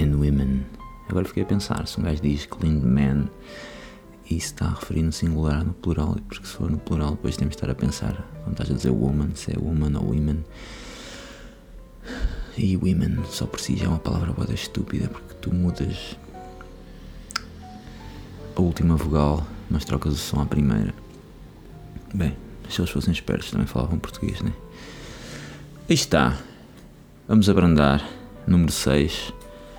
and women. Agora fiquei a pensar, se um gajo diz cleaned man, e se está a referir no singular ou no plural, porque se for no plural depois temos de estar a pensar, quando estás a dizer woman, se é woman ou women. E women só por si já é uma palavra boa estúpida, porque tu mudas a última vogal, mas trocas o som à primeira. Bem, se eles fossem espertos também falavam português, né? Aí está. Vamos abrandar. Número 6.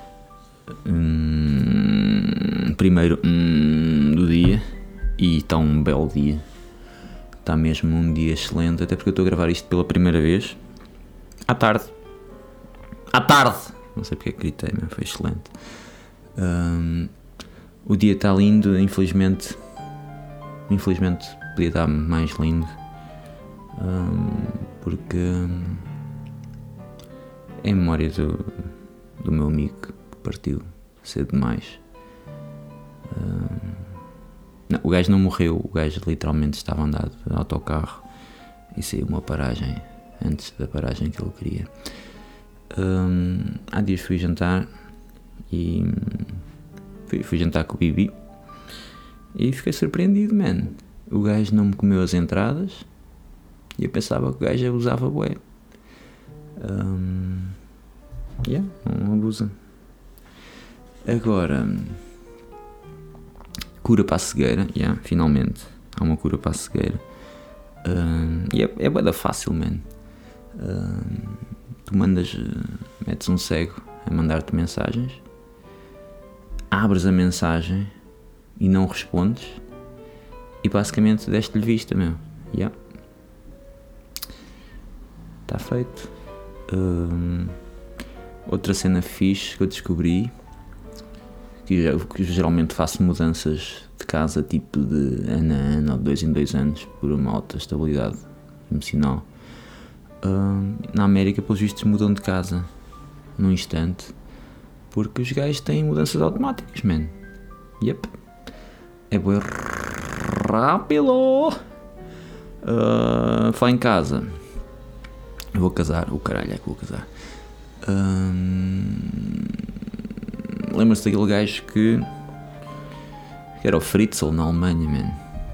Primeiro do dia. E está um belo dia. Está mesmo um dia excelente. Até porque eu estou a gravar isto pela primeira vez à tarde. Não sei porque é que gritei, mas foi excelente. O dia está lindo. Infelizmente podia estar mais lindo. Porque é em memória do meu amigo que partiu cedo demais. Não, o gajo não morreu, o gajo literalmente estava a andar de autocarro e saiu uma paragem antes da paragem que ele queria. Há dias fui jantar e fui jantar com o Bibi e fiquei surpreendido, man. O gajo não me comeu as entradas e eu pensava que o gajo abusava bué. Não abusa. Agora, cura para a cegueira. Finalmente há uma cura para a cegueira. E é bué da fácil, man. Tu metes um cego a mandar-te mensagens, abres a mensagem e não respondes e basicamente deste-lhe vista, meu. Está feito. Outra cena fixe que eu descobri, que eu geralmente faço mudanças de casa tipo de ano a ano ou de 2 em 2 anos por uma alta estabilidade emocional. Na América, pelos vistos, mudam de casa num instante porque os gajos têm mudanças automáticas, man. É bem rápido. Falar em casa, eu vou casar. O caralho é que vou casar. Lembra-se daquele gajo que era o Fritzl na Alemanha, man.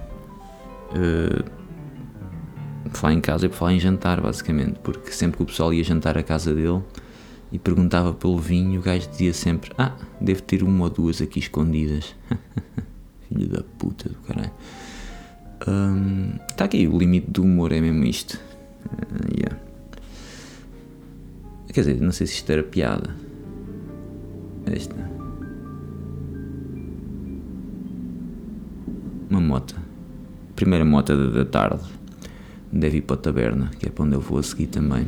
Falar em casa é para falar em jantar, basicamente, porque sempre que o pessoal ia jantar à casa dele e perguntava pelo vinho, o gajo dizia sempre: devo ter uma ou duas aqui escondidas. Filho da puta do caralho. Está aqui, o limite do humor é mesmo isto. Quer dizer, não sei se isto era piada. Esta. Uma mota. Primeira mota da tarde. Deve ir para a taberna, que é para onde eu vou a seguir também.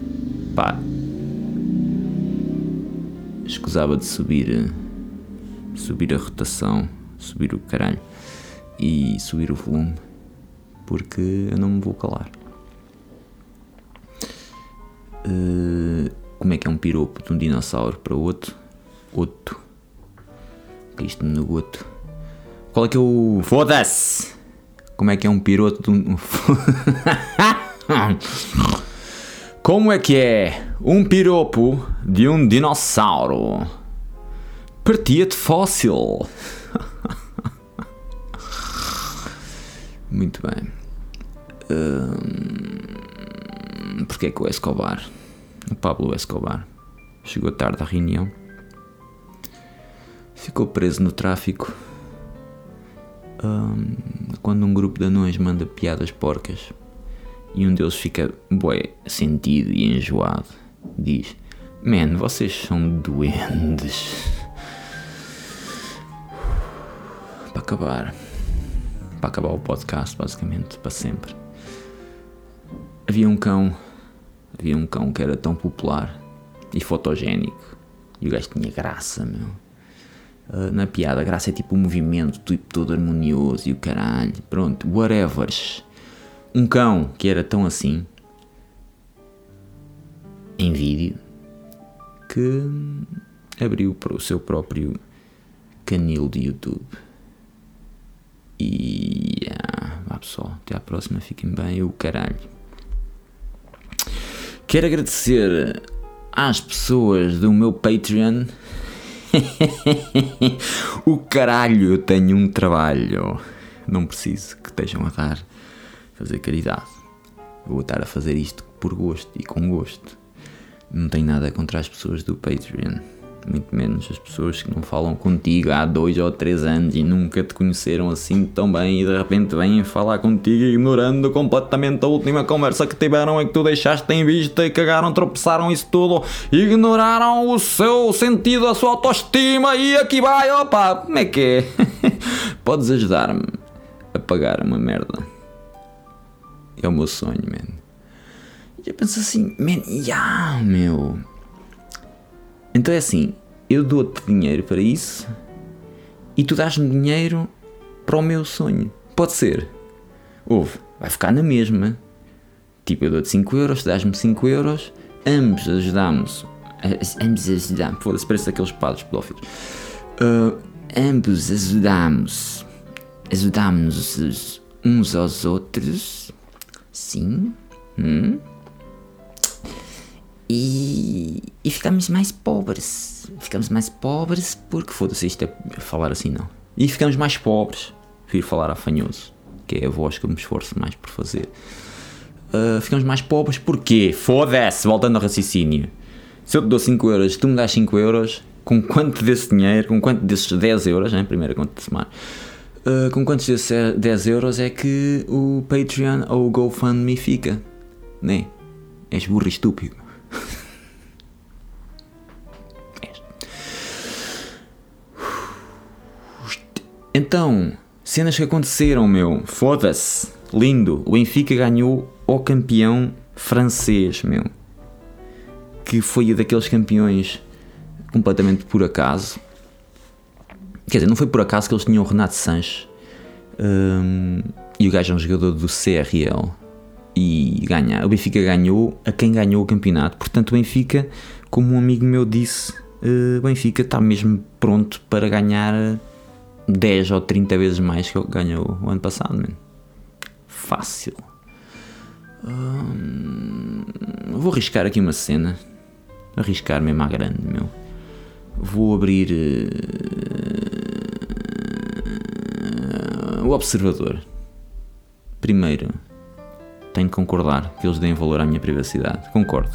Escusava de subir a rotação, subir o caralho e subir o volume, porque eu não me vou calar. Como é que é um piropo de um dinossauro para outro? Que isto no goto. Qual é que é o... Foda-se! Como é que é um piropo de um... Como é que é um piropo de um dinossauro? Partia de fóssil. Muito bem. Porque é que o Escobar, o Pablo Escobar, chegou tarde à reunião, ficou preso no tráfico quando um grupo de anões manda piadas porcas e um deles fica bué sentido e enjoado, diz: "Man, vocês são duendes." Para acabar o podcast, basicamente, para sempre. Havia um cão que era tão popular e fotogénico e o gajo tinha graça, meu. Na piada, a graça é tipo um movimento tipo, todo harmonioso e o caralho, pronto, whatever. Um cão que era tão assim em vídeo que abriu o seu próprio canil de YouTube. E vá pessoal, até à próxima, fiquem bem, o caralho. Quero agradecer às pessoas do meu Patreon O caralho, eu tenho um trabalho. Não preciso que estejam a dar fazer caridade. Vou estar a fazer isto por gosto e com gosto. Não tenho nada contra as pessoas do Patreon. Muito menos as pessoas que não falam contigo há 2 ou 3 anos e nunca te conheceram assim tão bem e de repente vêm falar contigo ignorando completamente a última conversa que tiveram e que tu deixaste em vista e cagaram, tropeçaram isso tudo, ignoraram o seu sentido, a sua autoestima e aqui vai, opa, como é que é? Podes ajudar-me a pagar uma merda. É o meu sonho, man. E eu penso assim, man, meu... Então é assim, eu dou-te dinheiro para isso e tu dás-me dinheiro para o meu sonho. Pode ser. Vai ficar na mesma. Tipo, eu dou-te 5 euros, tu dás-me 5 euros, ambos ajudamos. Foda-se, parece aqueles padres pedófilos. Ambos ajudamos uns aos outros. Sim. E ficamos mais pobres. Ficamos mais pobres porque, foda-se, isto é falar assim não. E ficamos mais pobres. Prefiro falar afanhoso, que é a voz que eu me esforço mais por fazer. Ficamos mais pobres porque, foda-se, voltando ao raciocínio. Se eu te dou 5 euros, tu me dás 5 euros, com quanto desse dinheiro, com quanto desses 10 euros, né? Primeira conta de semana, com quantos desses 10 euros é que o Patreon ou o GoFundMe fica? Né? És burro e estúpido. Então, cenas que aconteceram, meu. Foda-se. Lindo. O Benfica ganhou ao campeão francês, meu. Que foi daqueles campeões completamente por acaso. Quer dizer, não foi por acaso que eles tinham o Renato Sanches. E o gajo é um jogador do CRL. E o Benfica ganhou a quem ganhou o campeonato. Portanto, o Benfica, como um amigo meu disse, o Benfica está mesmo pronto para ganhar 10 ou 30 vezes mais que ganhou o ano passado, man. Fácil. Vou arriscar aqui uma cena. Arriscar mesmo à grande, meu. Vou abrir o Observador. Primeiro, tenho de concordar que eles deem valor à minha privacidade. Concordo.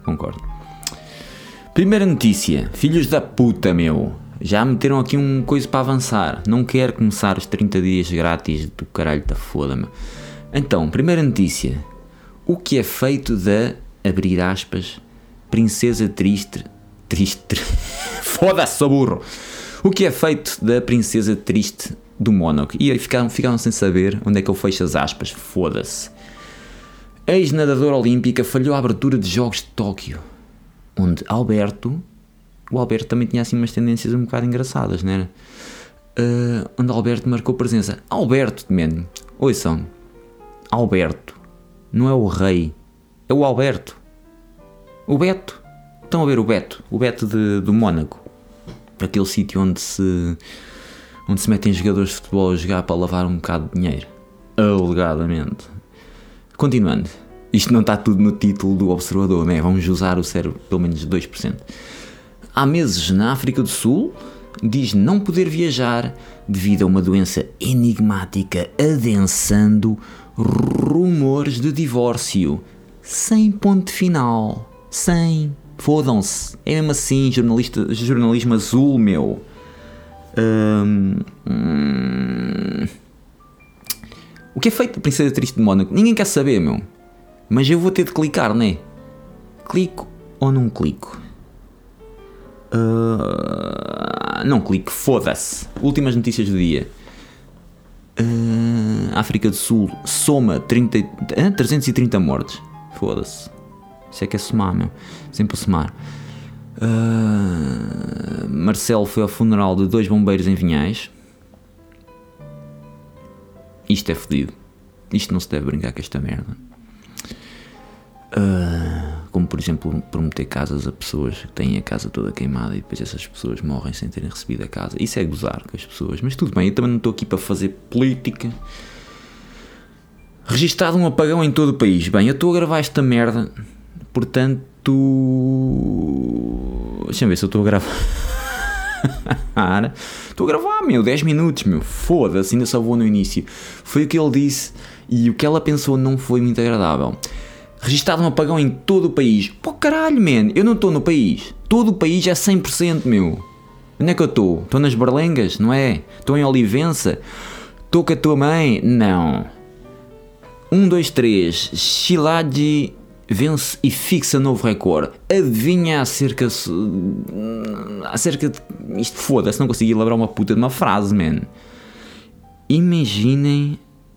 Primeira notícia. Filhos da puta, meu. Já meteram aqui um coisa para avançar. Não quero começar os 30 dias grátis do caralho da foda, meu. Então, primeira notícia. O que é feito da, abrir aspas, princesa triste... Foda-se, sou burro. O que é feito da princesa triste do Mónaco? E aí ficaram sem saber onde é que eu fecho as aspas. Foda-se. Ex-nadadora olímpica falhou a abertura de Jogos de Tóquio, onde o Alberto também tinha assim umas tendências um bocado engraçadas, não era? Onde Alberto marcou presença. Alberto, man, ouçam, Alberto, não é o rei, é o Alberto. O Beto, estão a ver o Beto do Mónaco, aquele sítio onde se metem jogadores de futebol a jogar para lavar um bocado de dinheiro, alegadamente. Continuando, isto não está tudo no título do Observador, né? Vamos usar o cérebro pelo menos 2%. Há meses na África do Sul, diz não poder viajar devido a uma doença enigmática adensando rumores de divórcio. Sem ponto final. Sem. Fodam-se. É mesmo assim, jornalismo azul, meu. O que é feito da Princesa Triste de Mónaco? Ninguém quer saber, meu. Mas eu vou ter de clicar, né? Clico ou não clico? Não clico, foda-se. Últimas notícias do dia. África do Sul soma 330 mortes. Foda-se. Isso é que é somar, meu. Sempre a somar. Marcelo foi ao funeral de 2 bombeiros em Vinhais. Isto é fodido. Isto não se deve brincar com esta merda. Como por exemplo prometer casas a pessoas que têm a casa toda queimada e depois essas pessoas morrem sem terem recebido a casa. Isso é gozar com as pessoas. Mas tudo bem, eu também não estou aqui para fazer política. Registado um apagão em todo o país. Bem, eu estou a gravar esta merda, portanto... Deixa-me ver se eu estou a gravar... Estou a gravar, meu, 10 minutos, meu. Foda-se, ainda só vou no início. Foi o que ele disse e o que ela pensou não foi muito agradável. Registado um apagão em todo o país. Pô, caralho, man, eu não estou no país. Todo o país é 100%, meu. Onde é que eu estou? Estou nas Berlengas, não é? Estou em Olivença? Estou com a tua mãe? Não. 1, 2, 3. Shiladi vence e fixa novo recorde. Adivinha acerca de... Isto foda-se, não consegui elaborar uma puta de uma frase, man. Imaginem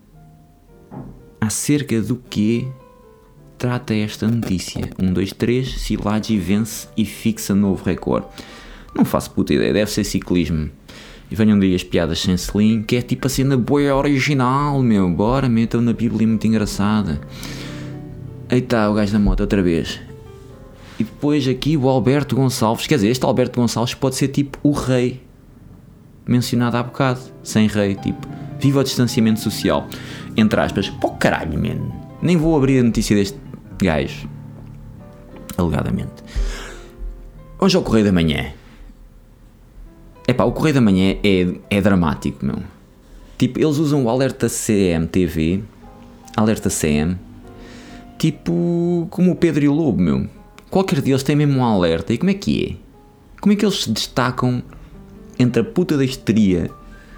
acerca do que trata esta notícia. 1, 2, 3. Shiladi vence e fixa novo recorde. Não faço puta ideia, deve ser ciclismo. E venham daí as piadas sem selim, que é tipo a cena boa original, meu. Bora, metam na Bíblia, muito engraçada. Aí está o gajo da moto outra vez. E depois aqui o Alberto Gonçalves. Quer dizer, este Alberto Gonçalves pode ser tipo o rei mencionado há bocado. Sem rei, tipo, viva o distanciamento social. Entre aspas. Pô, caralho, man. Nem vou abrir a notícia deste gajo. Alegadamente. Vamos ao Correio da Manhã. Epá, o Correio da Manhã é dramático, meu. Tipo, eles usam o Alerta CM-TV, Alerta CM, tipo, como o Pedro e o Lobo, meu. Qualquer deles tem mesmo um alerta. E como é que é? Como é que eles se destacam entre a puta da histeria?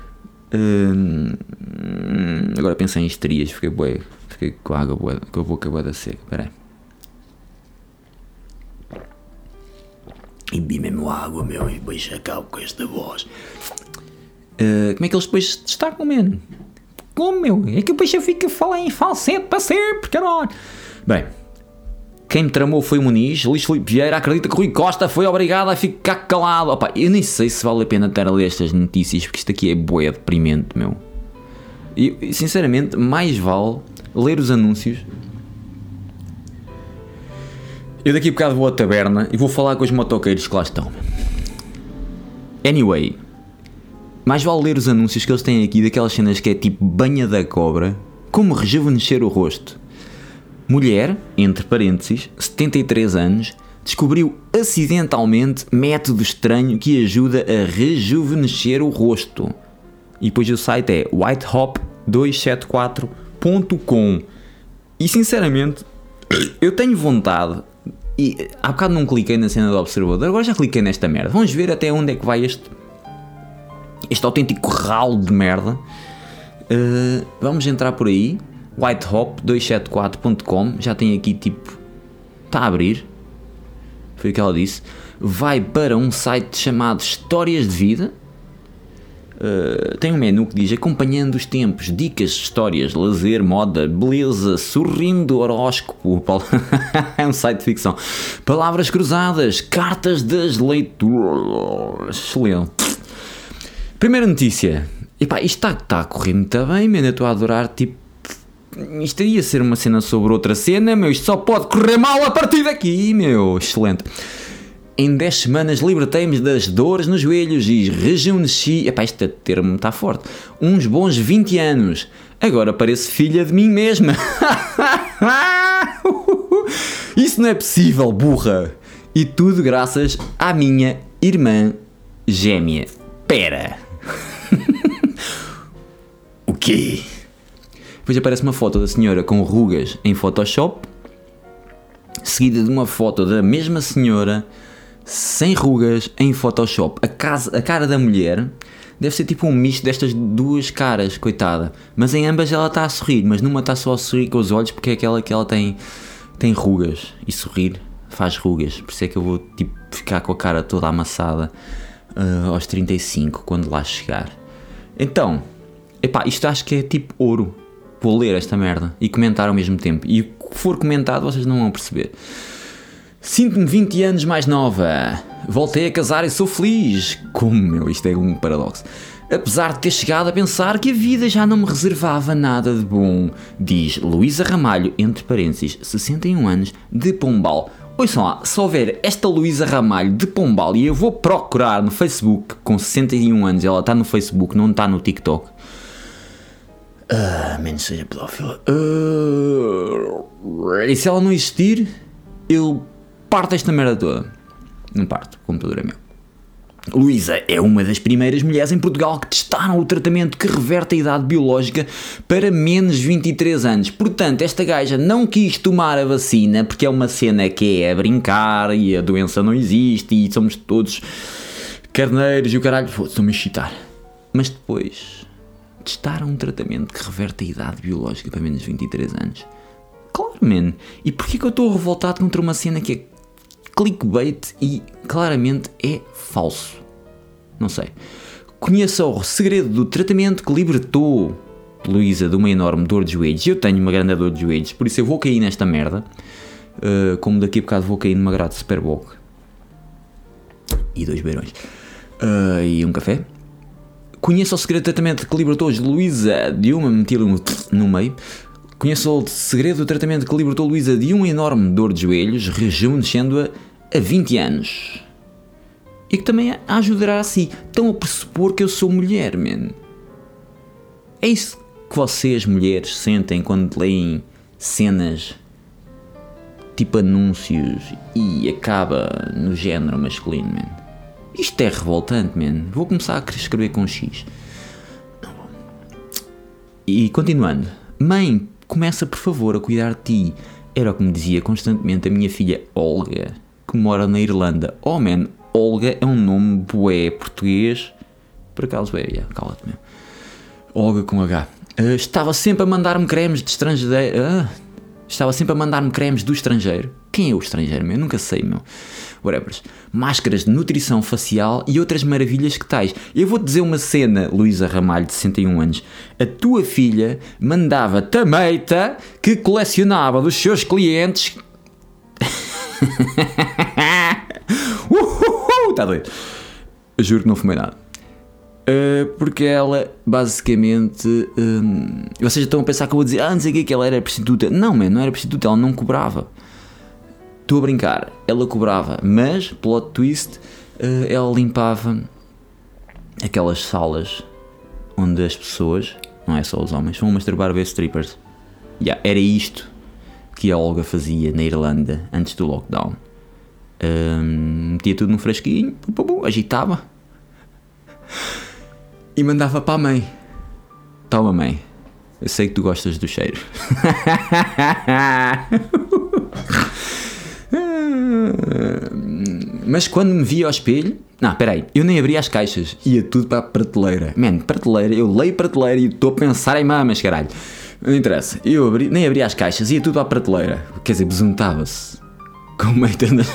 Agora pensei em histerias, fiquei com a água boa, com a boca boa da seca. Espera aí. E bebi mesmo água, meu, e depois acabo com esta voz. Como é que eles depois se destacam, mano? Como, meu? É que depois eu fico a falar em falsete para sempre, caralho. Bem, quem me tramou foi o Muniz. Luís Filipe Vieira acredita que Rui Costa foi obrigado a ficar calado. Opa, eu nem sei se vale a pena estar a ler estas notícias, porque isto aqui é bué deprimente, meu. E, sinceramente, mais vale ler os anúncios. Eu daqui a bocado vou à taberna e vou falar com os motoqueiros que lá estão. Anyway, mais vale ler os anúncios que eles têm aqui, daquelas cenas que é tipo banha da cobra, como rejuvenescer o rosto. Mulher, entre parênteses, 73 anos, descobriu acidentalmente método estranho que ajuda a rejuvenescer o rosto. E depois o site é whitehop274.com. E sinceramente, eu tenho vontade... E há bocado não cliquei na cena do observador, agora já cliquei nesta merda. Vamos ver até onde é que vai este autêntico ralo de merda. Vamos entrar por aí. whitehop274.com. Já tem aqui tipo... Está a abrir. Foi o que ela disse. Vai para um site chamado Histórias de Vida. Tem um menu que diz acompanhando os tempos, dicas, histórias, lazer, moda, beleza, sorrindo, horóscopo. É um site de ficção. Palavras cruzadas, cartas das leituras. Excelente. Primeira notícia. Epá, isto está a correr muito bem, man. Eu estou a adorar, tipo... Isto ia ser uma cena sobre outra cena, meu. Isto só pode correr mal a partir daqui, meu. Excelente. Em 10 semanas libertei-me das dores nos joelhos e rejuvenesci... Epá, este termo está forte. Uns bons 20 anos. Agora pareço filha de mim mesma. Isso não é possível, burra. E tudo graças à minha irmã gêmea. Pera. O quê? Depois aparece uma foto da senhora com rugas em Photoshop, seguida de uma foto da mesma senhora... sem rugas em Photoshop. A cara da mulher deve ser tipo um misto destas duas caras, coitada. Mas em ambas ela está a sorrir, mas numa está só a sorrir com os olhos porque é aquela que ela tem rugas. E sorrir faz rugas. Por isso é que eu vou tipo, ficar com a cara toda amassada aos 35, quando lá chegar. Então, epá, isto acho que é tipo ouro. Vou ler esta merda e comentar ao mesmo tempo. E o que for comentado vocês não vão perceber. Sinto-me 20 anos mais nova. Voltei a casar e sou feliz. Como, meu? Isto é um paradoxo. Apesar de ter chegado a pensar que a vida já não me reservava nada de bom, diz Luísa Ramalho, entre parênteses, 61 anos, de Pombal. Ouçam lá, se houver esta Luísa Ramalho de Pombal e eu vou procurar no Facebook, com 61 anos, ela está no Facebook, não está no TikTok. Menos seja pedófila. E se ela não existir, eu parto esta merda toda. Não parto, o computador é meu. Luísa é uma das primeiras mulheres em Portugal que testaram o tratamento que reverte a idade biológica para menos 23 anos. Portanto, esta gaja não quis tomar a vacina porque é uma cena que é a brincar e a doença não existe e somos todos carneiros e o caralho. Estou-me a excitar. Mas depois testaram um tratamento que reverte a idade biológica para menos 23 anos. Claro, man. E porquê que eu estou revoltado contra uma cena que é clickbait e claramente é falso? Não sei. Conheça o segredo do tratamento que libertou Luísa de uma enorme dor de joelhos. Eu tenho uma grande dor de joelhos, por isso eu vou cair nesta merda. Como daqui a bocado vou cair numa grade de Super Bowl. E 2 beirões. E um café. Conheça o segredo do tratamento que libertou Luísa de uma... Meti no meio. Conheça o segredo do tratamento que libertou Luísa de uma enorme dor de joelhos, rejuvenescendo-a a 20 anos. E que também a ajudará a si. Estão a pressupor que eu sou mulher, man. É isso que vocês, mulheres, sentem quando leem cenas tipo anúncios e acaba no género masculino, man. Isto é revoltante, man. Vou começar a escrever com X. E continuando. Mãe, começa por favor a cuidar de ti. Era o que me dizia constantemente a minha filha Olga, que mora na Irlanda. Oh, man, Olga é um nome bué português. Por acaso é, cala-te mesmo. Olga com H. Estava sempre a mandar-me cremes de estrangeiro. Estava sempre a mandar-me cremes do estrangeiro. Quem é o estrangeiro, meu? Eu nunca sei, meu. Whatever. Máscaras de nutrição facial e outras maravilhas que tais. Eu vou-te dizer uma cena, Luísa Ramalho, de 61 anos. A tua filha mandava-te a meita que colecionava dos seus clientes. Está doido. Juro que não fumei nada. Porque ela, basicamente... vocês já estão a pensar que eu vou dizer... não sei o que ela era prostituta. Não, man, não era prostituta, ela não cobrava. Estou a brincar, ela cobrava. Mas, plot twist, ela limpava aquelas salas onde as pessoas, não é só os homens, vão masturbar a ver strippers. Era isto que a Olga fazia na Irlanda antes do lockdown. Metia tudo num frasquinho, agitava e mandava para a mãe. Toma, mãe, eu sei que tu gostas do cheiro. Mas quando me via ao espelho... Não, peraí, eu nem abria as caixas, ia tudo para a prateleira. Man, prateleira, eu leio prateleira e estou a pensar em mamas, caralho. Não interessa, nem abria as caixas, ia tudo para a prateleira. Quer dizer, besuntava-se com meio das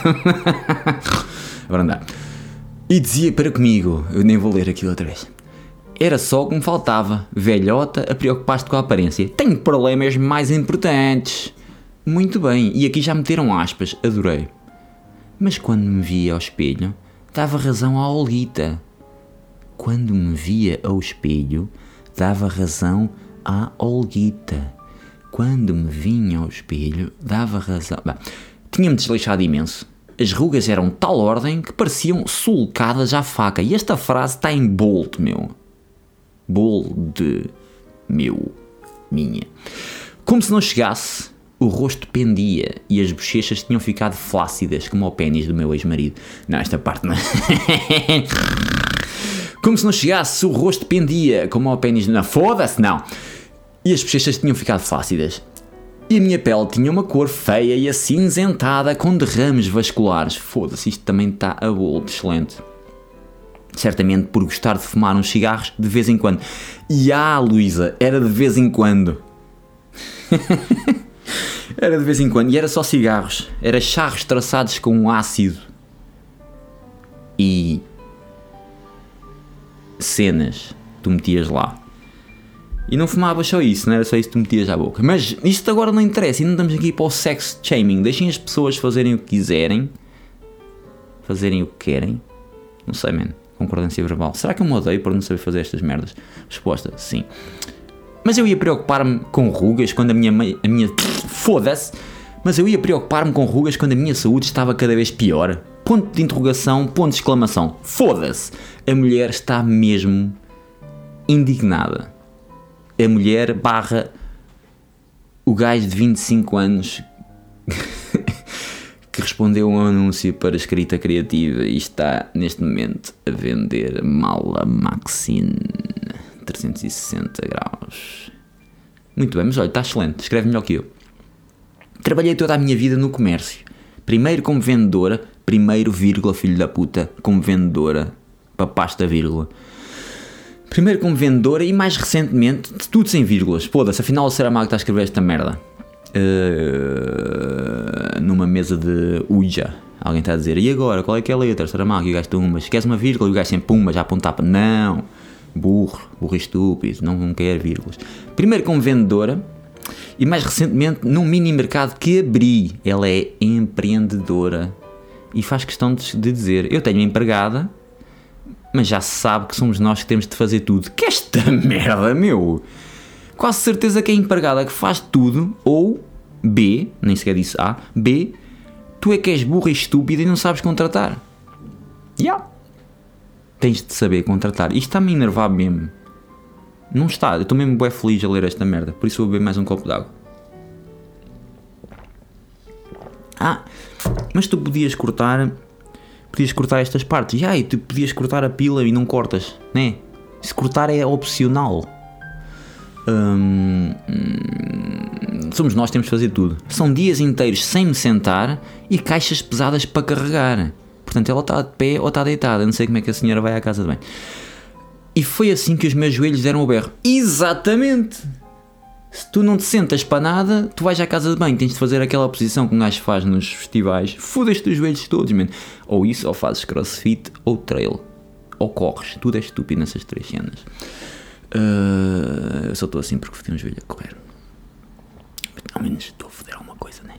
mamas. E dizia para comigo, eu nem vou ler aquilo outra vez. Era só o que me faltava, velhota, a preocupar-te com a aparência. Tenho problemas mais importantes. Muito bem, e aqui já meteram aspas, adorei. Mas quando me via ao espelho, dava razão à Olguita. Quando me via ao espelho, dava razão à Olguita. Quando me vinha ao espelho, dava razão... Tinha-me desleixado imenso. As rugas eram de tal ordem que pareciam sulcadas à faca. E esta frase está em bold, meu. Bold, meu, minha. Como se não chegasse, o rosto pendia e as bochechas tinham ficado flácidas como o pénis do meu ex-marido. Não, esta parte não. Como se não chegasse, o rosto pendia como o pénis... Não, foda-se, não. E as bochechas tinham ficado flácidas. E a minha pele tinha uma cor feia e acinzentada com derrames vasculares. Foda-se, isto também está a bolo, excelente. Certamente por gostar de fumar uns cigarros de vez em quando. E Luísa, era de vez em quando. Era de vez em quando. E era só cigarros. Era charros traçados com ácido. E... cenas. Tu metias lá. E não fumavas só isso, não era só isso que tu metias à boca. Mas isto agora não interessa, e não estamos aqui para o sex shaming. Deixem as pessoas fazerem o que quiserem. Fazerem o que querem. Não sei, man. Concordância verbal. Será que eu me odeio por não saber fazer estas merdas? Resposta, sim. Mas eu ia preocupar-me com rugas quando a minha... Foda-se! Mas eu ia preocupar-me com rugas quando a minha saúde estava cada vez pior. Ponto de interrogação, ponto de exclamação. Foda-se! A mulher está mesmo indignada. A mulher barra o gajo de 25 anos que respondeu a um anúncio para escrita criativa e está neste momento a vender mala Maxine 360 graus. Muito bem, mas olha, está excelente, escreve melhor que eu. Trabalhei toda a minha vida no comércio. Primeiro como vendedora, primeiro, vírgula, filho da puta, como vendedora, papasta, vírgula. Primeiro como vendedora e mais recentemente, tudo sem vírgulas. Foda-se, afinal o Saramago está a escrever esta merda. Numa mesa de Ouija. Alguém está a dizer, e agora, qual é que é a letra, Saramago? E o gajo tem umas, queres uma vírgula? E o gajo sem pumba, já apontar para, não, burro estúpido, não quer vírgulas. Primeiro como vendedora e mais recentemente num mini mercado que abri. Ela é empreendedora e faz questão de dizer, eu tenho uma empregada, mas já se sabe que somos nós que temos de fazer tudo. Que esta merda, meu! Quase certeza que é a empregada que faz tudo, ou B, nem sequer disse A, B, tu é que és burra e estúpida e não sabes contratar. Tens de saber contratar. Isto está-me a enervar mesmo. Não está, eu estou mesmo bué feliz a ler esta merda, por isso vou beber mais um copo de água. Mas tu podias cortar estas partes. E tu podias cortar a pila e não cortas, né? Se cortar é opcional. Somos nós que temos de fazer tudo. São dias inteiros sem me sentar e caixas pesadas para carregar. Portanto, ela está de pé ou está deitada. Não sei como é que a senhora vai à casa de banho. E foi assim que os meus joelhos deram o berro. Exatamente! Se tu não te sentas para nada, tu vais à casa de banho, tens de fazer aquela posição que um gajo faz nos festivais. Foda-te os joelhos todos, man. Ou isso, ou fazes crossfit, ou trail. Ou corres. Tudo é estúpido nessas três cenas. Eu só estou assim porque fodi um joelho a correr. Ao menos estou a foder alguma coisa, né?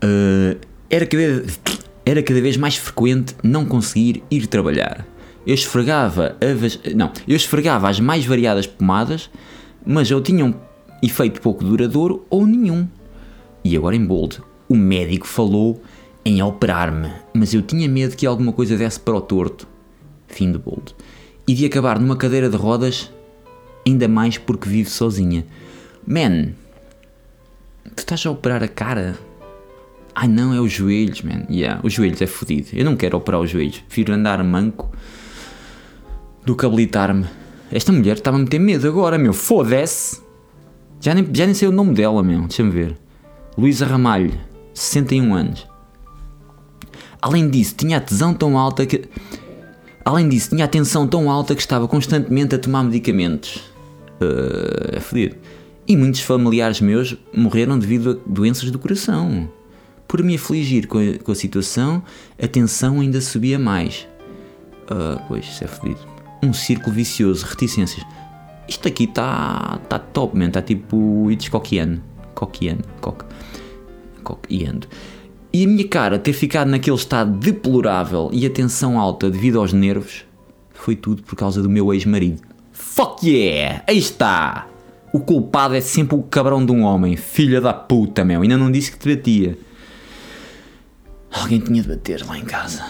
Era cada vez mais frequente não conseguir ir trabalhar. Eu esfregava as mais variadas pomadas, mas ou tinham efeito pouco duradouro ou nenhum. E agora em bold, o médico falou em operar-me, mas eu tinha medo que alguma coisa desse para o torto. Fim de bold. E de acabar numa cadeira de rodas, ainda mais porque vivo sozinha. Man, tu estás a operar a cara? Ai não, é os joelhos, man. Os joelhos é fodido. Eu não quero operar os joelhos. Prefiro andar manco do que habilitar-me. Esta mulher estava a meter medo agora, meu. Foda-se. Já nem sei o nome dela, meu. Deixa-me ver. Luísa Ramalho, 61 anos. Além disso, tinha a tensão tão alta que estava constantemente a tomar medicamentos. É fodido. E muitos familiares meus morreram devido a doenças do coração. Por me afligir com a situação, a tensão ainda subia mais. Pois, isso é fodido. Um círculo vicioso, reticências. Isto aqui está top, man. Está tipo Hitchcockiano. Coqueando. E a minha cara ter ficado naquele estado deplorável e a tensão alta devido aos nervos foi tudo por causa do meu ex-marido. Fuck yeah! Aí está! O culpado é sempre o cabrão de um homem. Filha da puta, meu. Ainda não disse que te batia. Alguém tinha de bater lá em casa.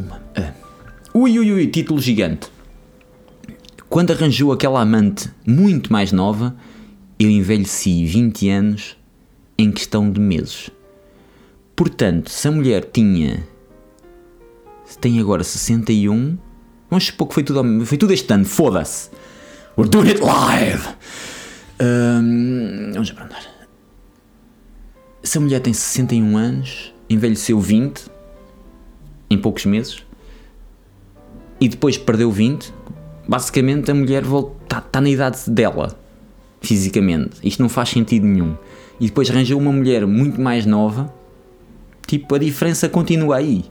Ui, título gigante. Quando arranjou aquela amante muito mais nova, eu envelheci 20 anos em questão de meses. Portanto, se a mulher tem agora 61, vamos supor que foi tudo este ano, foda-se. We're doing it live! Vamos aprender. Se a mulher tem 61 anos, envelheceu 20 em poucos meses e depois perdeu 20, basicamente a mulher está na idade dela, fisicamente. Isto não faz sentido nenhum. E depois arranjou uma mulher muito mais nova, tipo, a diferença continua aí.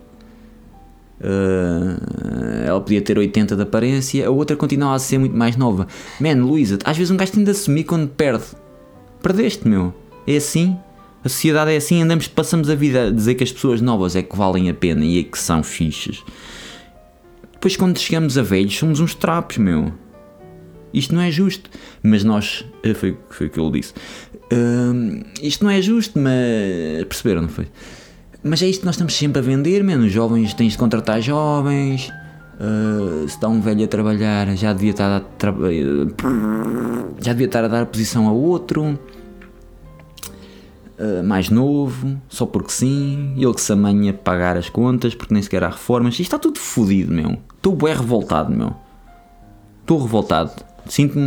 Ela podia ter 80 de aparência, a outra continuava a ser muito mais nova. Man, Luísa, às vezes um gajo tem de assumir quando perde. Perdeste, meu. É assim. A sociedade é assim. Passamos a vida a dizer que as pessoas novas é que valem a pena e é que são fixes. Depois quando chegamos a velhos somos uns trapos, meu. Isto não é justo. Mas nós... Foi o que ele disse. Isto não é justo, mas... Perceberam, não foi? Mas é isto que nós estamos sempre a vender, mano. Os jovens, tens de contratar jovens. Se está um velho a trabalhar, já devia estar a dar posição a outro. mais novo, só porque sim, ele que se amanha a pagar as contas porque nem sequer há reformas. Isto está tudo fodido, meu. Estou bué revoltado, meu. Estou revoltado. Sinto-me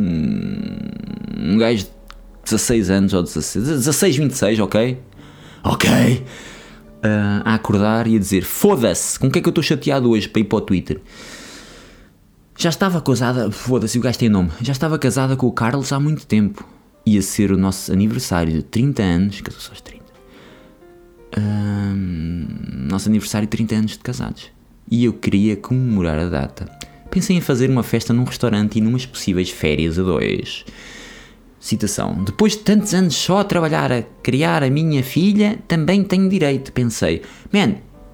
um gajo de 16 anos ou 16, 26, ok? Ok. A acordar e a dizer, foda-se, com o que é que eu estou chateado hoje para ir para o Twitter? Já estava casada, foda-se, o gajo tem nome. Já estava casada com o Carlos há muito tempo. Ia ser o nosso aniversário de 30 anos, que eu sou aos 30. Nosso aniversário de 30 anos de casados. E eu queria comemorar a data. Pensei em fazer uma festa num restaurante e numas possíveis férias a dois. Citação. Depois de tantos anos só a trabalhar a criar a minha filha, também tenho direito. Pensei, man,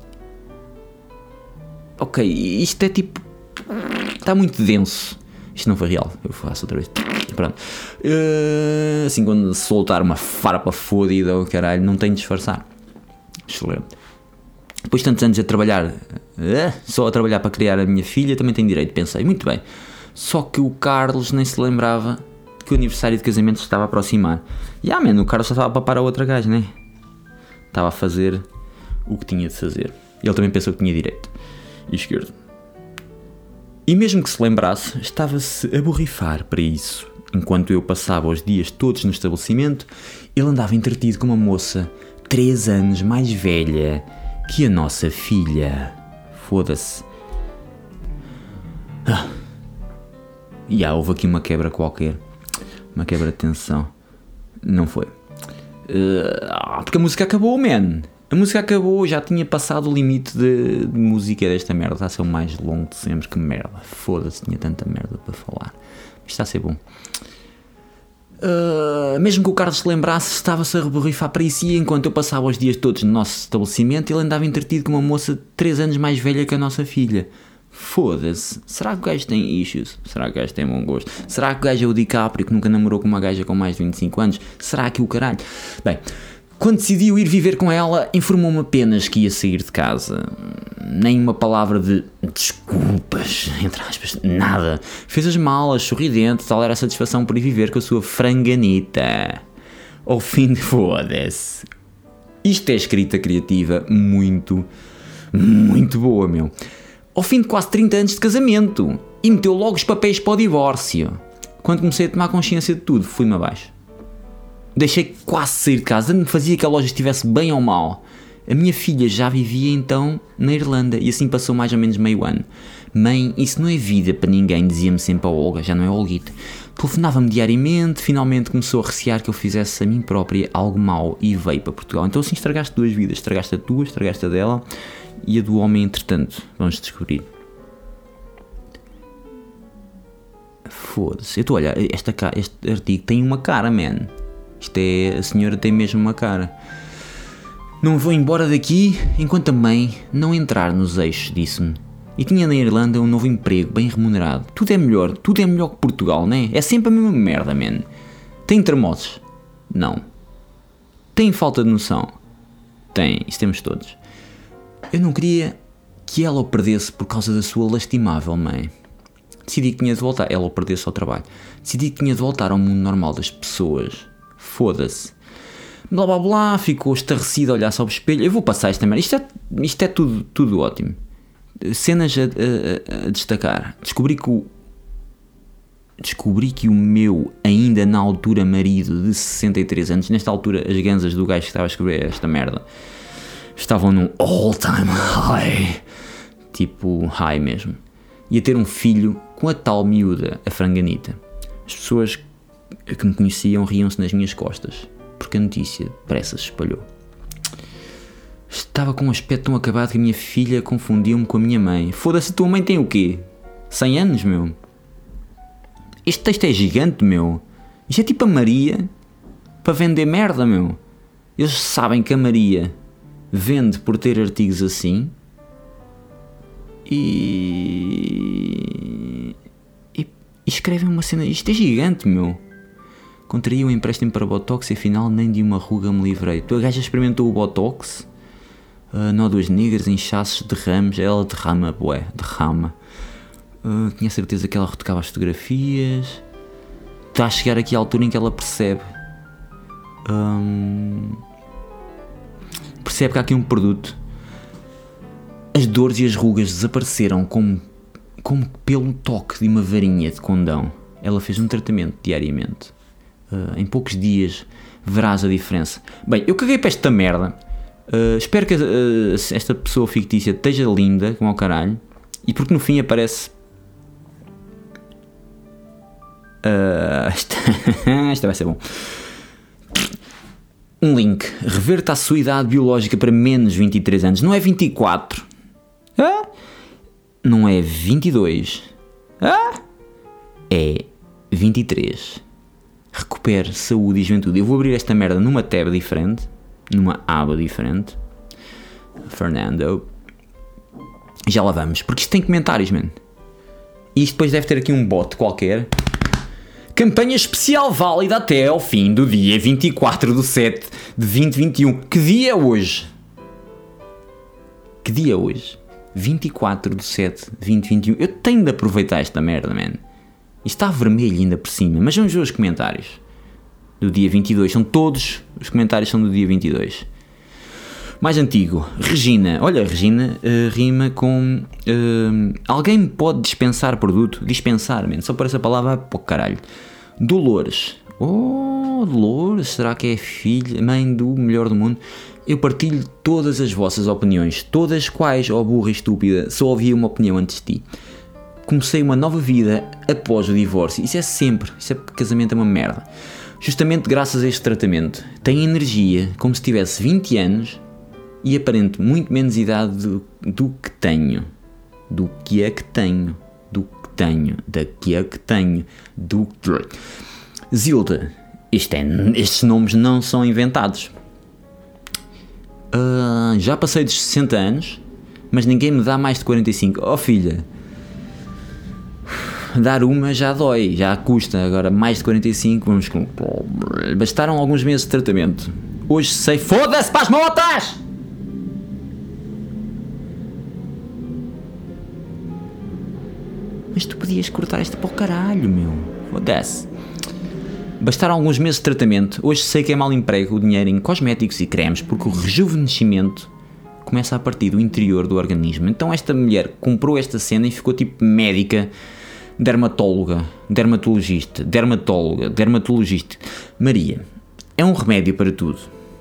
ok, isto é tipo, está muito denso. Isto não foi real, eu faço outra vez. Pronto. Assim, quando soltar uma farpa fodida, oh, caralho, não tenho de disfarçar. Excelente. Depois de tantos anos a trabalhar, só a trabalhar para criar a minha filha, também tenho direito, pensei, muito bem. Só que o Carlos nem se lembrava que o aniversário de casamento se estava a aproximar. E o Carlos só estava a papar a outra gaja, né? Estava a fazer o que tinha de fazer. Ele também pensou que tinha direito. E esquerdo. E mesmo que se lembrasse, estava-se a borrifar para isso. Enquanto eu passava os dias todos no estabelecimento, ele andava entretido com uma moça 3 anos mais velha que a nossa filha. Foda-se. Houve aqui uma quebra qualquer. Uma quebra de tensão. Não foi. Porque a música acabou, man. A música acabou, já tinha passado o limite de música desta merda. Está a ser o mais longo de sempre, que merda. Foda-se, tinha tanta merda para falar. Isto está a ser bom. Mesmo que o Carlos se lembrasse, estava-se a reborrifar para isso. E enquanto eu passava os dias todos no nosso estabelecimento, ele andava entretido com uma moça 3 anos mais velha que a nossa filha. Foda-se. Será que o gajo tem issues? Será que o gajo tem bom gosto? Será que o gajo é o DiCaprio que nunca namorou com uma gaja com mais de 25 anos? Será que o caralho? Bem, quando decidiu ir viver com ela, informou-me apenas que ia sair de casa. Nem uma palavra de desculpas, entre aspas, nada. Fez as malas, sorridente, tal era a satisfação por ir viver com a sua franganita. Ao fim de... Foda-se. Isto é escrita criativa muito, muito boa, meu. Ao fim de quase 30 anos de casamento. E meteu logo os papéis para o divórcio. Quando comecei a tomar consciência de tudo, fui-me abaixo. Deixei quase sair de casa, me fazia que a loja estivesse bem ou mal. A minha filha já vivia então na Irlanda e assim passou mais ou menos meio ano. Mãe, isso não é vida para ninguém, dizia-me sempre a Olga, já não é Olguita. Telefonava-me diariamente, finalmente começou a recear que eu fizesse a mim própria algo mau e veio para Portugal. Então assim estragaste 2 vidas, estragaste a tua, estragaste a dela e a do homem entretanto. Vamos descobrir. Foda-se, eu estou a olhar, este artigo tem uma cara, man. Isto é, a senhora tem mesmo uma cara. Não vou embora daqui enquanto a mãe não entrar nos eixos, disse-me. E tinha na Irlanda um novo emprego, bem remunerado. Tudo é melhor que Portugal, né? É sempre a mesma merda, man. Tem termossos? Não. Tem falta de noção? Tem, isso temos todos. Eu não queria que ela o perdesse por causa da sua lastimável mãe. Decidi que tinha de voltar, ela o perdesse ao trabalho. Decidi que tinha de voltar ao mundo normal das pessoas. Foda-se. Blá blá blá, ficou estarrecido a olhar sobre o espelho. Eu vou passar esta merda. Isto é tudo ótimo. Cenas a destacar. Descobri que o meu, ainda na altura, marido de 63 anos, nesta altura as ganzas do gajo que estava a escrever esta merda estavam num all-time high. Tipo, high mesmo. Ia ter um filho com a tal miúda, a franganita. As pessoas que me conheciam riam-se nas minhas costas, porque a notícia depressa se espalhou. Estava com um aspecto tão acabado que a minha filha confundiu-me com a minha mãe. Foda-se, a tua mãe tem o quê? 100 anos, meu? Este texto é gigante, meu. Isto é tipo a Maria para vender merda, meu. Eles sabem que a Maria vende por ter artigos assim e escrevem uma cena. Isto é gigante, meu. Contraí um empréstimo para Botox e afinal nem de uma ruga me livrei. Tu, a gaja experimentou o Botox, nódulas negras, inchaços, derrames. Ela derrama. Tinha certeza que ela retocava as fotografias. Está a chegar aqui à altura em que ela percebe Percebe que há aqui um produto. As dores e as rugas desapareceram como pelo toque de uma varinha de condão. Ela fez um tratamento diariamente. Em poucos dias verás a diferença. Bem, eu caguei para esta merda. Espero que esta pessoa fictícia esteja linda como ao caralho. E porque no fim aparece esta vai ser bom. Um link. Reverta a sua idade biológica para menos 23 anos. Não é 24. Não é 22. É 23. Recupere saúde e juventude. Eu vou abrir esta merda numa tab diferente. Numa aba diferente. Fernando. Já lá vamos. Porque isto tem comentários, mano. E isto depois deve ter aqui um bot qualquer. Campanha especial válida até ao fim do dia 24/7 de 2021. Que dia é hoje? Que dia é hoje? 24/7 de 2021. Eu tenho de aproveitar esta merda, man. Isto está vermelho ainda por cima. Mas vamos ver os comentários do dia 22. São todos os comentários são do dia 22. Mais antigo. Regina. Olha, Regina rima com... alguém me pode dispensar produto? Dispensar, man. Só por essa palavra, pô, caralho. Dolores. Oh, Dolores. Será que é filha, mãe do melhor do mundo? Eu partilho todas as vossas opiniões. Todas quais, ó burra e estúpida. Só ouvi uma opinião antes de ti. Comecei uma nova vida após o divórcio. Isso é sempre. Isso é porque casamento é uma merda. Justamente graças a este tratamento. Tenho energia como se tivesse 20 anos... E aparente muito menos idade do que tenho. Do que é que tenho. Do que tenho. Daqui é que tenho. Do que... Zilda. Estes nomes não são inventados. Já passei dos 60 anos. Mas ninguém me dá mais de 45. Oh filha. Dar uma já dói. Já custa. Agora mais de 45. Vamos com... Bastaram alguns meses de tratamento. Hoje sei... Foda-se para as motas! Mas tu podias cortar esta para o caralho, meu. Foda-se. Bastaram alguns meses de tratamento. Hoje sei que é mau emprego o dinheiro em cosméticos e cremes, porque o rejuvenescimento começa a partir do interior do organismo. Então esta mulher comprou esta cena e ficou tipo médica, dermatologista. Maria, é um remédio para tudo.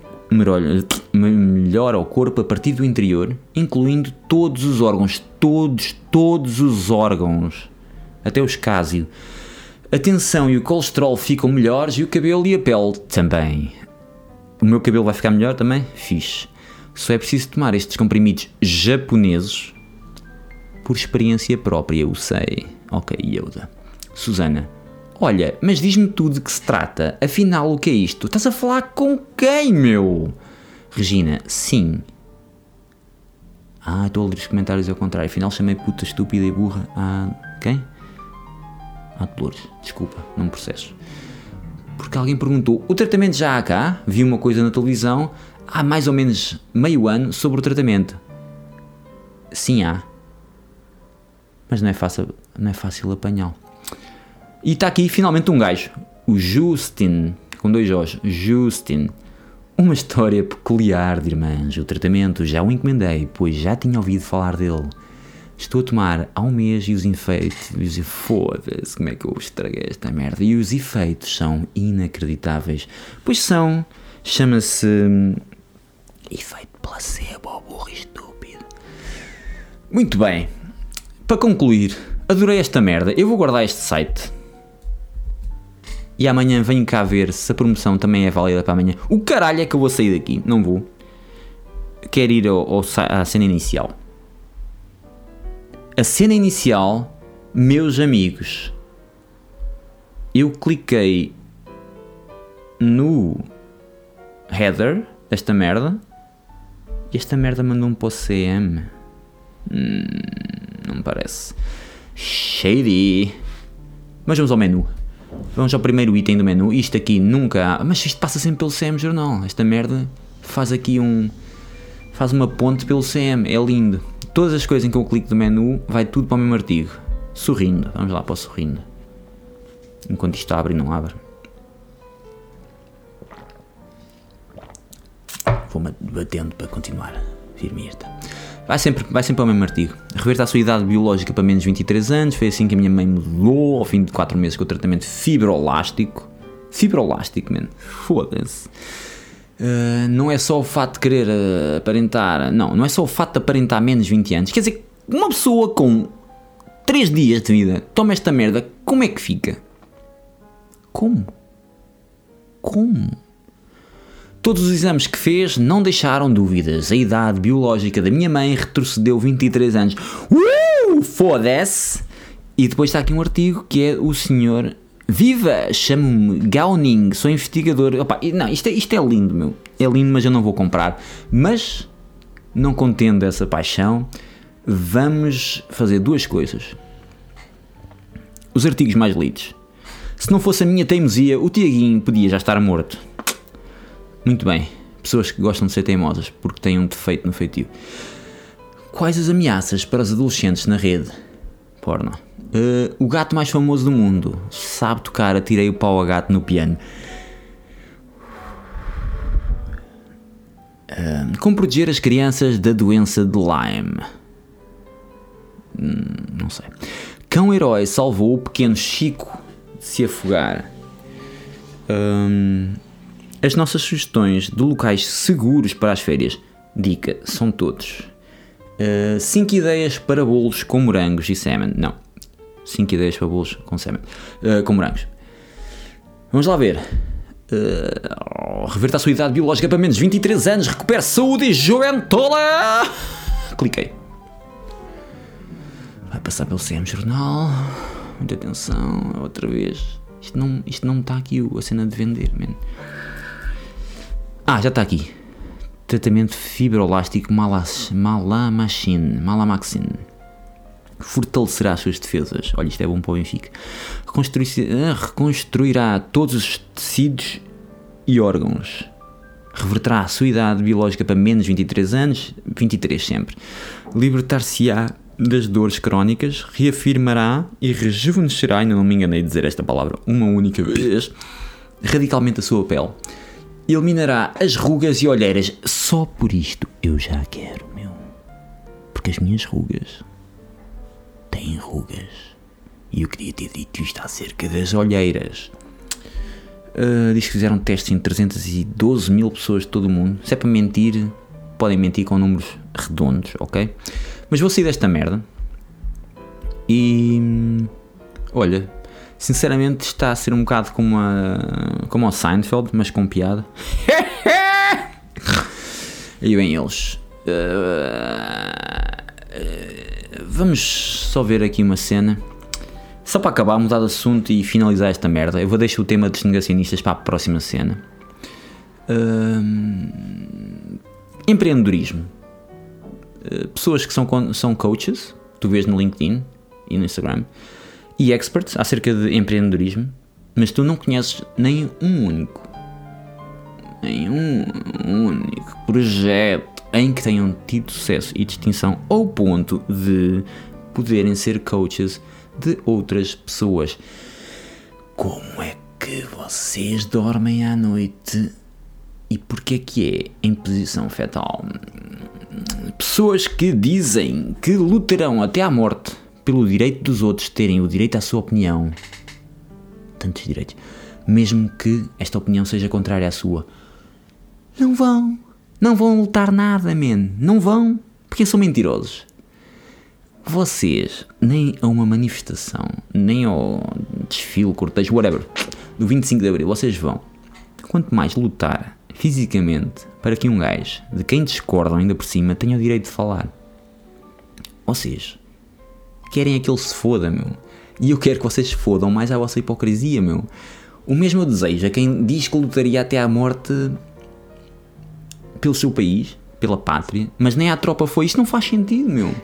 Melhora o corpo a partir do interior, incluindo todos os órgãos, todos os órgãos, até o escásio. A tensão e o colesterol ficam melhores e o cabelo e a pele também. O meu cabelo vai ficar melhor também? Fixe. Só é preciso tomar estes comprimidos japoneses por experiência própria, eu sei. Ok, Yoda. Susana. Olha, mas diz-me tudo de que se trata. Afinal, o que é isto? Estás a falar com quem, meu? Regina, sim. Estou a ler os comentários ao contrário. Afinal, chamei puta estúpida e burra. Quem? Dolores. Desculpa, não me processes. Porque alguém perguntou, o tratamento já há cá? Vi uma coisa na televisão há mais ou menos meio ano sobre o tratamento. Sim, há. Mas não é fácil apanhá-lo. E está aqui finalmente um gajo, o Justin, com 2 Os, Justin. Uma história peculiar de irmãs. O tratamento já o encomendei, pois já tinha ouvido falar dele. Estou a tomar há um mês e os efeitos... Foda-se, como é que eu estraguei esta merda? E os efeitos são inacreditáveis. Pois são. Chama-se... efeito placebo, burro estúpido. Muito bem. Para concluir, adorei esta merda. Eu vou guardar este site. E amanhã venho cá ver se a promoção também é válida para amanhã. O caralho é que eu vou sair daqui? Não vou. Quero ir à cena inicial. A cena inicial, meus amigos. Eu cliquei no header desta merda e esta merda mandou-me para o CM. Não me parece. Shady. Mas vamos ao menu. Vamos ao primeiro item do menu. Isto aqui nunca há... Mas isto passa sempre pelo CM Jornal. Esta merda faz aqui faz uma ponte pelo CM. É lindo. Todas as coisas em que eu clico do menu vai tudo para o mesmo artigo. Sorrindo. Vamos lá para o sorrindo. Enquanto isto abre e não abre. vou-me batendo para continuar firme esta. Vai sempre ao mesmo artigo. Reverta a sua idade biológica para menos de 23 anos. Foi assim que a minha mãe mudou ao fim de 4 meses com o tratamento fibroelástico. Fibroelástico, man. Foda-se. Não é só o fato de querer aparentar... Não é só o fato de aparentar menos de 20 anos. Quer dizer, uma pessoa com 3 dias de vida toma esta merda, como é que fica? Como? Todos os exames que fez não deixaram dúvidas. A idade biológica da minha mãe retrocedeu 23 anos. Foda-se! E depois está aqui um artigo que é o senhor... Viva! Chamo-me Gowning, sou investigador. Opa, não, isto é lindo, meu. É lindo, mas eu não vou comprar. Mas, não contendo essa paixão, vamos fazer 2 coisas. Os artigos mais lidos. Se não fosse a minha teimosia, o Tiaguinho podia já estar morto. Muito bem. Pessoas que gostam de ser teimosas porque têm um defeito no feitio. Quais as ameaças para os adolescentes na rede? Porno. O gato mais famoso do mundo sabe tocar Atirei o Pau a Gato no piano. Como proteger as crianças da doença de Lyme? Não sei. Cão herói salvou o pequeno Chico de se afogar. As nossas sugestões de locais seguros para as férias. Dica, são todos. 5 ideias para bolos com morangos e semen. Não. 5 ideias para bolos com semen. Com morangos. Vamos lá ver. Reverta a sua idade biológica para menos de 23 anos. Recupere saúde e juventude. Cliquei. Vai passar pelo CM Jornal. Muita atenção. Outra vez. Isto não está aqui a cena de vender, man. Já está aqui. Tratamento fibroelástico Malamaxin. Fortalecerá as suas defesas. Olha, isto é bom para o Benfica. Reconstruirá todos os tecidos e órgãos. Reverterá a sua idade biológica para menos de 23 anos. 23 sempre. Libertar-se-á das dores crónicas. Reafirmará e rejuvenescerá, ainda não me enganei de dizer esta palavra uma única vez, radicalmente a sua pele. Eliminará as rugas e olheiras. Só por isto eu já quero, meu. Porque as minhas rugas têm rugas. E eu queria ter dito isto acerca das olheiras. Diz que fizeram testes em 312 mil pessoas de todo o mundo. Se é para mentir, podem mentir com números redondos, ok? Mas vou sair desta merda. E... olha... sinceramente está a ser um bocado como o Seinfeld, mas com piada. E bem eles. Vamos só ver aqui uma cena. Só para acabar, mudar de assunto e finalizar esta merda. Eu vou deixar o tema dos negacionistas para a próxima cena. Empreendedorismo. Pessoas que são coaches, tu vês no LinkedIn e no Instagram, e experts acerca de empreendedorismo, mas tu não conheces nem um único projeto em que tenham tido sucesso e distinção ao ponto de poderem ser coaches de outras pessoas. Como é que vocês dormem à noite e porquê que é em posição fetal? Pessoas que dizem que lutarão até à morte pelo direito dos outros terem o direito à sua opinião. Tantos direitos. Mesmo que esta opinião seja contrária à sua. Não vão lutar nada, man. Não vão, porque são mentirosos. Vocês, nem a uma manifestação, nem ao desfile, cortejo, whatever, do 25 de Abril, vocês vão. Quanto mais lutar fisicamente para que um gajo, de quem discordam ainda por cima, tenha o direito de falar. Vocês querem que ele se foda, meu. E eu quero que vocês se fodam mais à vossa hipocrisia, meu. O mesmo desejo a quem diz que lutaria até à morte pelo seu país, pela pátria, mas nem à tropa foi. Isto não faz sentido, meu.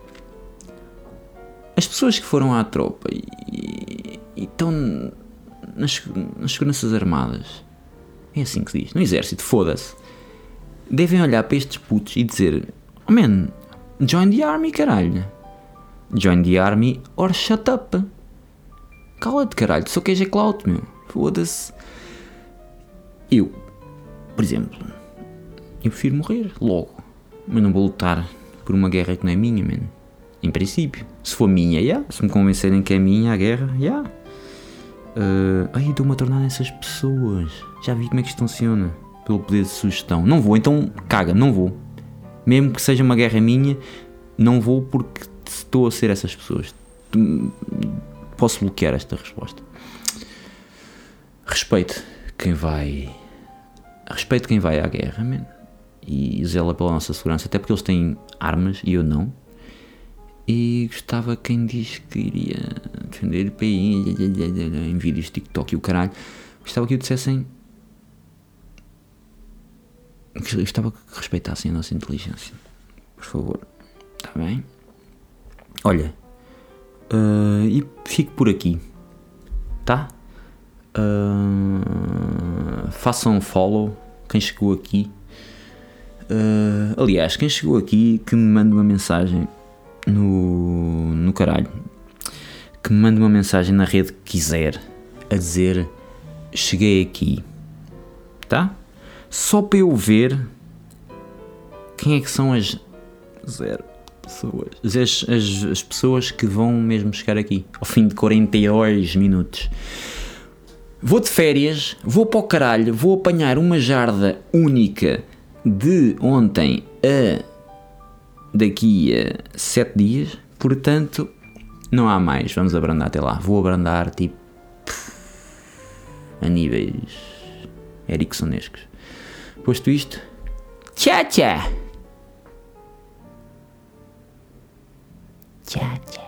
As pessoas que foram à tropa e estão nas seguranças armadas, é assim que se diz, no exército, foda-se, devem olhar para estes putos e dizer: oh man, join the army, caralho. Join the army or shut up. Cala-te, caralho, só queres é clout, meu. Foda-se. Eu, por exemplo, eu prefiro morrer logo. Mas não vou lutar por uma guerra que não é minha, mano. Em princípio. Se for minha, se me convencerem que é minha a guerra, estou-me a tornar nessas pessoas. Já vi como é que isto funciona. Pelo poder de sugestão. Não vou, então caga, não vou. Mesmo que seja uma guerra minha, não vou porque estou a ser essas pessoas. Posso bloquear esta resposta. Respeito quem vai à guerra, man. E zela pela nossa segurança, até porque eles têm armas e eu não. E gostava quem diz que iria defender o país em vídeos de TikTok e o caralho. Gostava que o dissessem. Gostava que respeitassem a nossa inteligência. Por favor. Está bem? Olha. E fico por aqui. Tá? Façam um follow. Quem chegou aqui. Aliás, quem chegou aqui que me mande uma mensagem no caralho, que me mande uma mensagem na rede que quiser a dizer cheguei aqui, tá? Só para eu ver quem é que são as zero pessoas, as pessoas que vão mesmo chegar aqui ao fim de 42 minutos. Vou de férias, vou para o caralho, vou apanhar uma jarda única de ontem a daqui a 7 dias, portanto não há mais, vamos abrandar até lá. Vou abrandar tipo a níveis ericsonescos. Posto isto, tchá tchá.